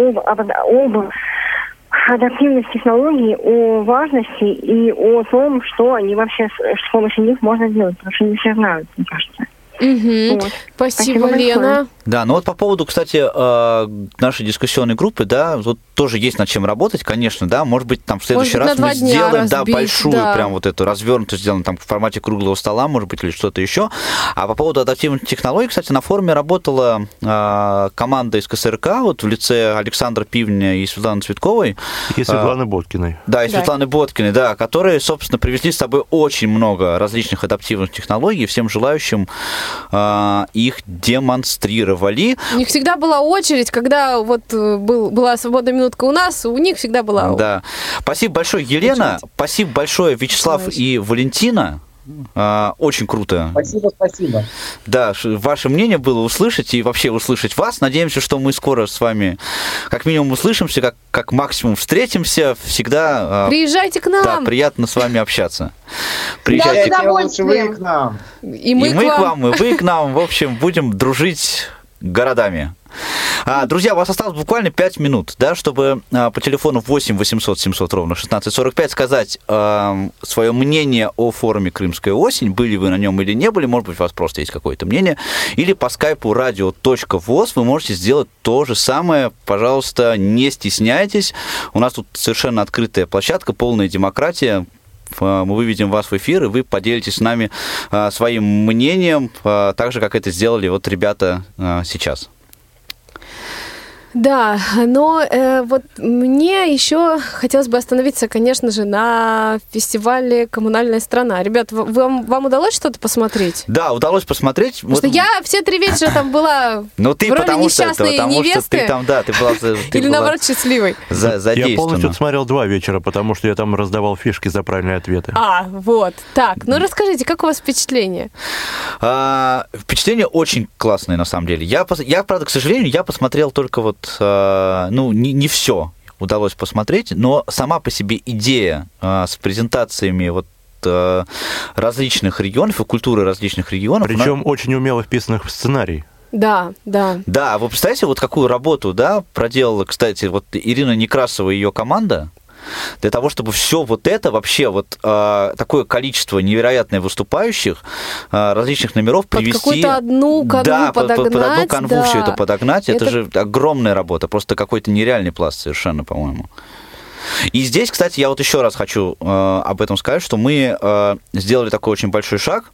адаптивных технологий, о важности и о том, что они вообще с помощью них можно делать, потому что не все знают, мне кажется. Угу. Вот. Спасибо, Лена. Да, ну вот по поводу, кстати, нашей дискуссионной группы, да, вот тоже есть над чем работать, конечно, да, может быть, там в следующий раз мы сделаем, да, большую, прям вот эту развернутую, сделаем там в формате круглого стола, может быть, или что-то еще. А по поводу адаптивных технологий, кстати, на форуме работала команда из КСРК, вот в лице Александра Пивня и Светланы Цветковой. И Светланы Боткиной. Да, и Светланы Боткиной, да, которые, собственно, привезли с собой очень много различных адаптивных технологий, всем желающим их демонстрировали. У них всегда была очередь, когда вот была свободная минутка у нас, у них всегда была. Да. Спасибо большое, Елена. Спасибо большое, Вячеслав и Валентина. Очень круто. Спасибо. Да, ваше мнение было услышать и вообще услышать вас. Надеемся, что мы скоро с вами как минимум услышимся, как максимум встретимся. Всегда приезжайте к нам. Да, приятно с вами общаться. Приезжайте вы к нам. И мы к вам, и вы к нам. В общем, будем дружить городами. Друзья, у вас осталось буквально 5 минут, да, чтобы по телефону 8 800 700 ровно 1645 сказать свое мнение о форуме «Крымская осень». Были вы на нем или не были, может быть, у вас просто есть какое-то мнение. Или по скайпу radio.voz вы можете сделать то же самое. Пожалуйста, не стесняйтесь. У нас тут совершенно открытая площадка, полная демократия. Мы выведем вас в эфир, и вы поделитесь с нами своим мнением, так же, как это сделали вот ребята сейчас. Да, но вот мне еще хотелось бы остановиться, конечно же, на фестивале «Коммунальная страна». Ребят, вам удалось что-то посмотреть? Да, удалось посмотреть. Потому что я все 3 вечера там была в роли несчастной невесты. Ты там, да, ты была... Или, наоборот, счастливой. Я полностью смотрел 2 вечера, потому что я там раздавал фишки за правильные ответы. Вот. Так, ну расскажите, как у вас впечатление? Впечатление очень классное, на самом деле. Я, правда, к сожалению, я посмотрел только вот не все удалось посмотреть, но сама по себе идея с презентациями вот различных регионов и культуры различных регионов. Причем очень умело вписанных в сценарий. Да. Да, вы представляете, вот какую работу, да, проделала, кстати, вот Ирина Некрасова и ее команда, для того, чтобы все вот это вообще вот такое количество невероятное выступающих, различных номеров привести... Под какую-то одну канву подогнать. Под одну канву все это подогнать. Это же огромная работа, просто какой-то нереальный пласт совершенно, по-моему. И здесь, кстати, я вот еще раз хочу об этом сказать, что мы сделали такой очень большой шаг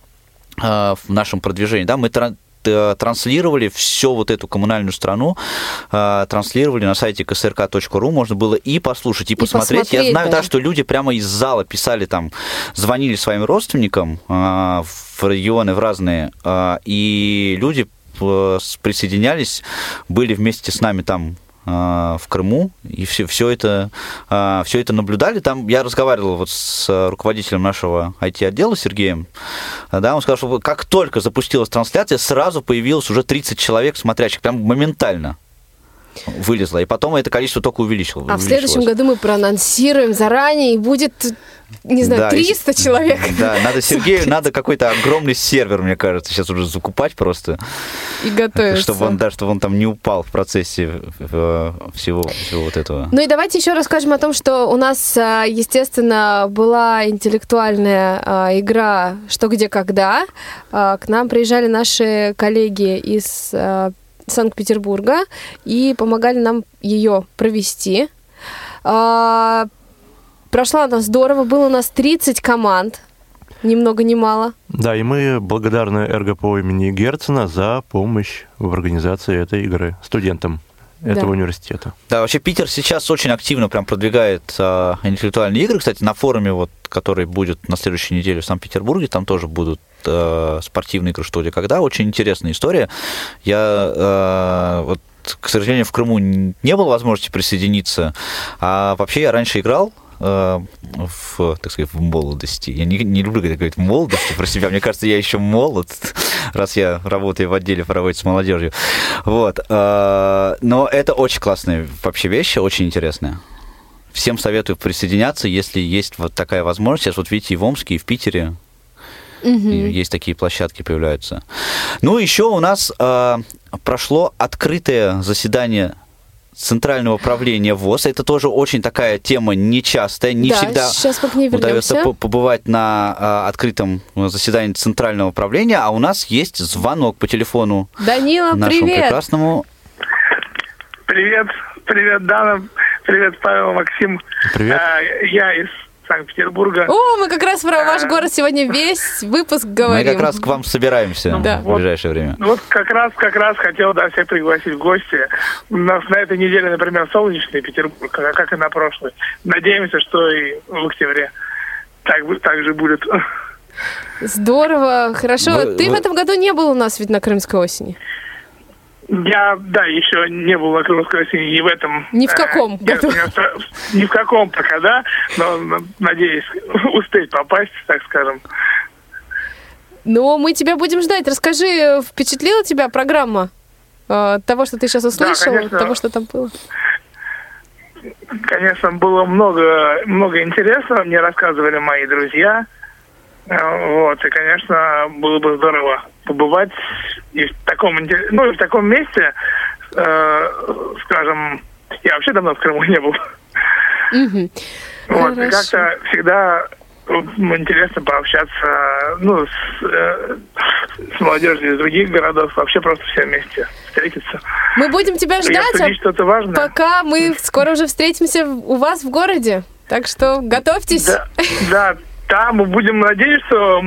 в нашем продвижении, да, мы транслировали всю вот эту коммунальную страну, транслировали на сайте ksrk.ru, можно было и послушать, и посмотреть. Я знаю, да, что люди прямо из зала писали там, звонили своим родственникам в регионы, в разные, и люди присоединялись, были вместе с нами там в Крыму, и все это наблюдали. Там я разговаривал вот с руководителем нашего IT-отдела Сергеем, да, он сказал, что как только запустилась трансляция, сразу появилось уже 30 человек смотрящих, прям моментально вылезло, и потом это количество только увеличилось. А в следующем году мы проанонсируем заранее, и будет, не знаю, 300 человек. Да, Сергею надо какой-то огромный сервер, мне кажется, сейчас уже закупать просто. И готовиться. Чтобы он там не упал в процессе всего вот этого. Ну и давайте еще расскажем о том, что у нас, естественно, была интеллектуальная игра «Что, где, когда». К нам приезжали наши коллеги из Санкт-Петербурга и помогали нам ее провести. Прошла она здорово, было у нас 30 команд, ни много ни мало. Да, и мы благодарны РГПУ имени Герцена за помощь в организации этой игры студентам этого университета. Да, вообще Питер сейчас очень активно прям продвигает интеллектуальные игры. Кстати, на форуме, вот, который будет на следующей неделе в Санкт-Петербурге, там тоже будут спортивные игры «Что, где, когда». Очень интересная история. Я вот, к сожалению, в Крыму не было возможности присоединиться, а вообще я раньше играл так сказать, в молодости. Я не люблю говорить в молодости про себя. Мне кажется, я еще молод, раз я работаю в отделе по работе с молодежью. Вот. Но это очень классная вообще вещь, очень интересная. Всем советую присоединяться, если есть вот такая возможность. Сейчас вот видите, и в Омске, и в Питере есть такие площадки, появляются. Ну, еще у нас прошло открытое заседание Центрального управления ВОС. Это тоже очень такая тема нечастая. Не всегда удается побывать на открытом заседании Центрального управления. А у нас есть звонок по телефону. Данила, нашему привет! Прекрасному. Привет, Дана. Привет, Павел, Максим. Привет. Я из Санкт-Петербурга. О, мы как раз про ваш город сегодня весь выпуск говорим. Мы как раз к вам собираемся в ближайшее время. Вот как раз хотел всех пригласить в гости. У нас на этой неделе, например, солнечный Петербург, как и на прошлой. Надеемся, что и в октябре так же будет. Здорово, хорошо. Ты в этом году не был у нас ведь на Крымской осени? Я, еще не был на Крымской осени, не в этом. Ни в каком году? Ни в каком пока, да, но надеюсь успеть попасть, так скажем. Ну, мы тебя будем ждать. Расскажи, впечатлила тебя программа того, что ты сейчас услышал, того, что там было? Конечно, было много интересного, мне рассказывали мои друзья. Вот, и, конечно, было бы здорово побывать и в таком месте, скажем, я вообще давно в Крыму не был. Вот, и как-то всегда интересно пообщаться, с молодежью из других городов, вообще просто все вместе встретиться. Мы будем тебя ждать, что-то важное. Пока мы скоро уже встретимся у вас в городе, так что готовьтесь. Да, мы будем надеяться, что мы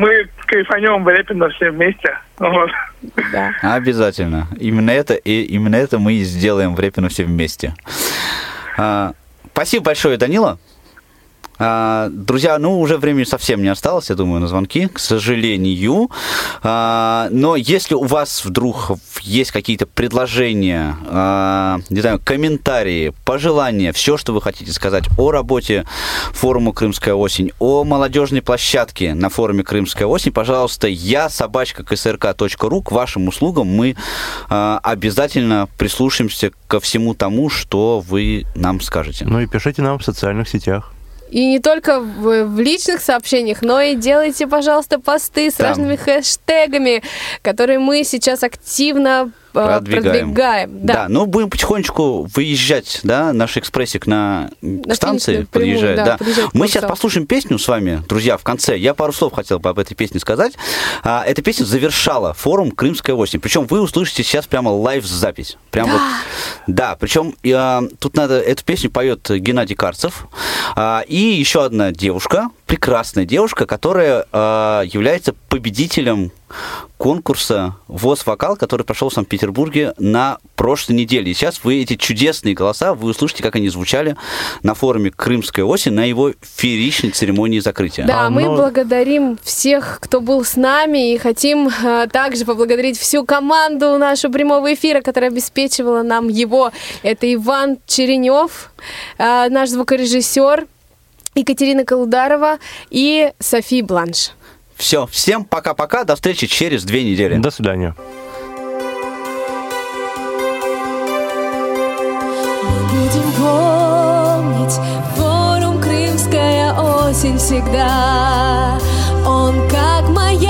кайфанем в Репино все вместе. Вот. Да. Обязательно. Именно это мы и сделаем в Репино все вместе. Спасибо большое, Данила. Друзья, уже времени совсем не осталось, я думаю, на звонки, к сожалению. Но если у вас вдруг есть какие-то предложения, не знаю, комментарии, пожелания, все, что вы хотите сказать о работе форума «Крымская осень», о молодежной площадке на форуме «Крымская осень», пожалуйста, ksrk.ru, к вашим услугам. Мы обязательно прислушаемся ко всему тому, что вы нам скажете. Ну и пишите нам в социальных сетях. И не только в личных сообщениях, но и делайте, пожалуйста, посты с разными хэштегами, которые мы сейчас активно продвигаем. Да, будем потихонечку выезжать, да, наш экспрессик на станции подъезжает. Да. Мы сейчас послушаем песню с вами, друзья, в конце. Я пару слов хотел бы об этой песне сказать. Эта песня завершала форум «Крымская осень». Причем вы услышите сейчас прямо лайв-запись. Причем тут эту песню поет Геннадий Карцев. И еще одна девушка, прекрасная девушка, которая является победителем конкурса ВОЗ-вокал, который прошел в Санкт-Петербурге на прошлой неделе. И сейчас вы эти чудесные голоса, вы услышите, как они звучали на форуме «Крымская осень» на его фееричной церемонии закрытия. Да, мы благодарим всех, кто был с нами, и хотим также поблагодарить всю команду нашего прямого эфира, которая обеспечивала нам его. Это Иван Черенев, наш звукорежиссер, Екатерина Колударова и София Бланш. Все, всем пока-пока, до встречи через 2 недели. До свидания. Будем помнить форум «Крымская осень» всегда. Он как маяк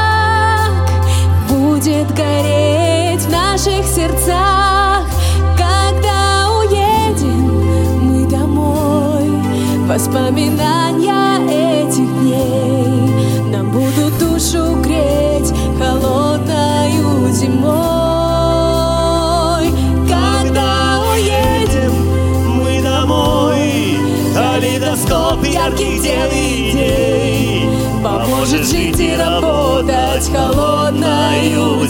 будет гореть в наших сердцах. Когда уедем мы домой, воспоминания этих дней нам будут душу греть холодною зимой. Когда уедем мы домой, калейдоскоп ярких дел и идей поможет жить и работать холодною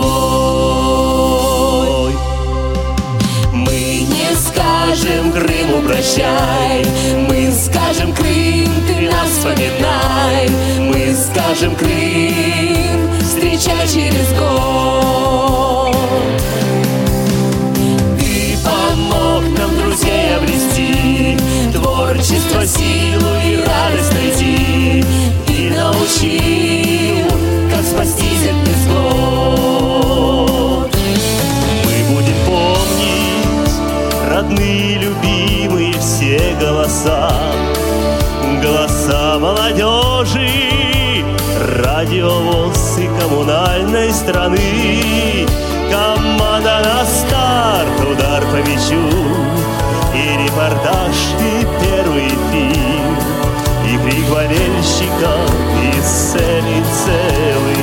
зимой. Мы не скажем Крыму прощай, мы скажем Крым, ты нас вспоминай. Мы скажем Крым, встречай через год. Ты помог нам друзей обрести, творчество, силу и радость найти, и научил, как спасти от невзгод. Мы будем помнить, родные, любимые, все голоса, голоса молодежи, радиовоз и коммунальной страны. Команда на старт, удар по мячу, и репортаж, и первый эфир, и крик болельщиков, и сцены целый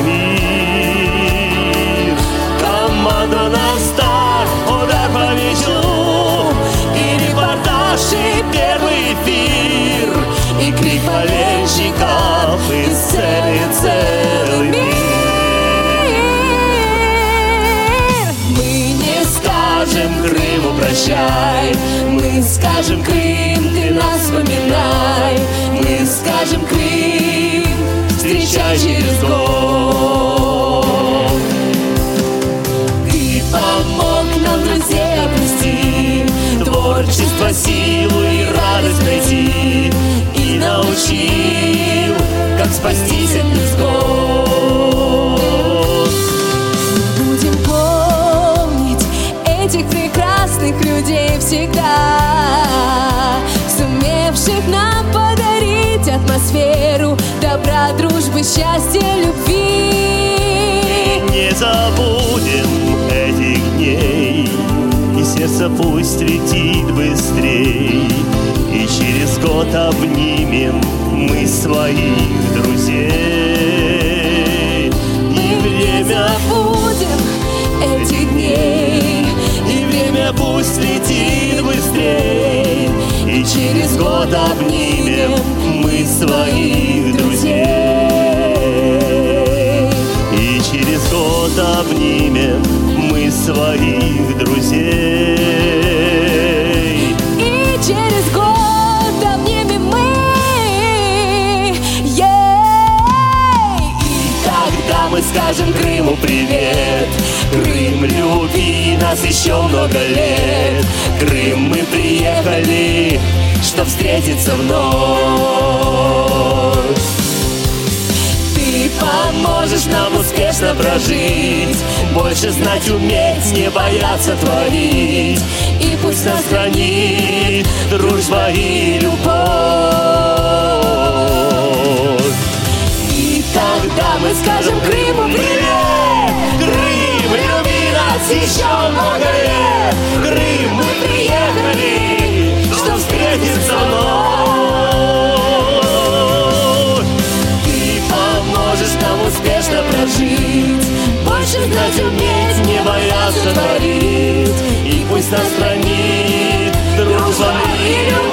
мир. Команда на старт, удар по мячу, и репортаж, и первый эфир, и крик болельщиков, и сцены целый мир. Мы не скажем Крыму прощай, мы скажем Крым, ты нас вспоминай. Мы скажем Крым, встречай через год. Ты помог нам друзей обрести, творчество, силу и радость найти, и научил, как спастись от невзгод. Будем помнить этих прекрасных людей всегда, сумевших нам подарить атмосферу добра, дружбы, счастья, любви. Не забудем этих дней, и сердце пусть летит быстрей, и через год обнимем мы своих друзей. И время Будем этих дней, и время пусть летит быстрей, и через год обнимем мы своих друзей. нас еще много лет. Крым, мы приехали, чтоб встретиться вновь. Ты поможешь нам успешно прожить, больше знать, уметь, не бояться творить. И пусть нас хранит дружба и любовь. И тогда мы скажем Крыму привет! Крым, люби нас еще много лет! Крым, мы приехали, чтоб встретиться вновь. Ты поможешь нам успешно прожить, больше знать, уметь, не бояться творить. И пусть нас хранит дружба и любовь.